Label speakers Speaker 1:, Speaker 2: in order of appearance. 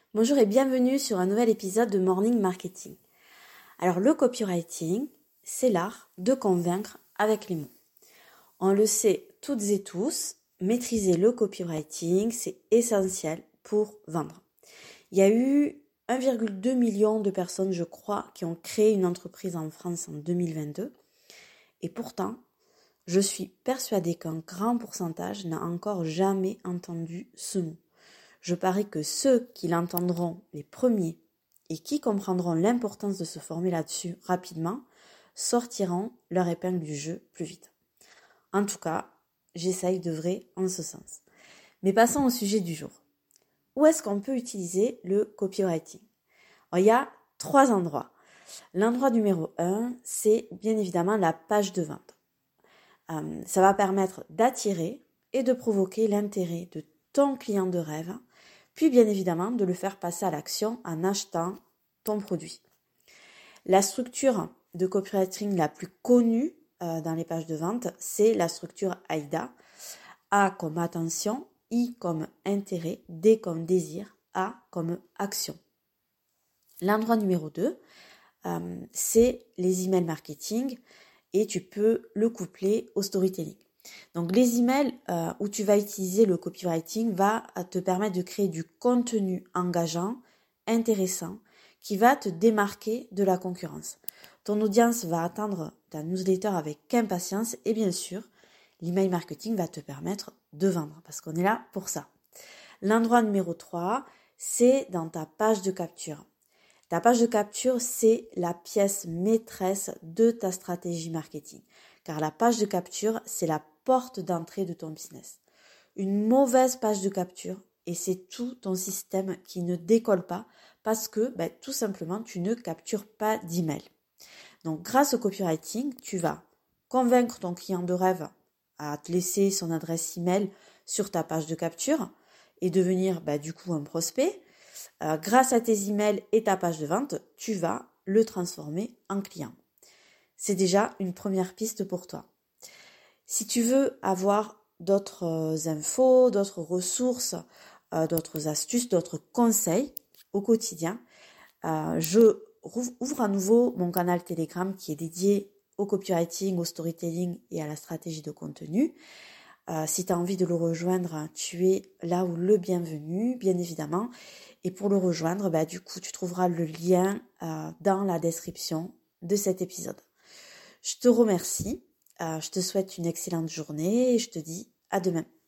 Speaker 1: Bonjour et bienvenue sur un nouvel épisode de Morning Marketing. Alors le copywriting, c'est l'art de convaincre avec les mots. On le sait toutes et tous, maîtriser le copywriting, c'est essentiel pour vendre. Il y a eu 1,2 million de personnes, je crois, qui ont créé une entreprise en France en 2022. Et pourtant, je suis persuadée qu'un grand pourcentage n'a encore jamais entendu ce mot. Je parie que ceux qui l'entendront les premiers et qui comprendront l'importance de se former là-dessus rapidement sortiront leur épingle du jeu plus vite. En tout cas, j'essaye d'œuvrer en ce sens. Mais passons au sujet du jour. Où est-ce qu'on peut utiliser le copywriting ? Alors, il y a 3 endroits. L'endroit numéro 1, c'est bien évidemment la page de vente. Ça va permettre d'attirer et de provoquer l'intérêt de ton client de rêve, puis bien évidemment de le faire passer à l'action en achetant ton produit. La structure de copywriting la plus connue dans les pages de vente, c'est la structure AIDA. A comme attention, I comme intérêt, D comme désir, A comme action. L'endroit numéro 2, c'est les emails marketing et tu peux le coupler au storytelling. Donc les emails où tu vas utiliser le copywriting va te permettre de créer du contenu engageant, intéressant, qui va te démarquer de la concurrence. Ton audience va attendre ta newsletter avec impatience et bien sûr, l'email marketing va te permettre de vendre parce qu'on est là pour ça. L'endroit numéro 3, c'est dans ta page de capture. Ta page de capture, c'est la pièce maîtresse de ta stratégie marketing. Car la page de capture, c'est la porte d'entrée de ton business. Une mauvaise page de capture, et c'est tout ton système qui ne décolle pas parce que tout simplement, tu ne captures pas d'email. Donc, grâce au copywriting, tu vas convaincre ton client de rêve à te laisser son adresse email sur ta page de capture et devenir du coup un prospect. Grâce à tes emails et ta page de vente, tu vas le transformer en client. C'est déjà une première piste pour toi. Si tu veux avoir d'autres infos, d'autres ressources, d'autres astuces, d'autres conseils au quotidien, je ouvre à nouveau mon canal Telegram qui est dédié au copywriting, au storytelling et à la stratégie de contenu. Si tu as envie de le rejoindre, tu es là où le bienvenu, bien évidemment. Et pour le rejoindre, du coup, tu trouveras le lien dans la description de cet épisode. Je te remercie, je te souhaite une excellente journée et je te dis à demain.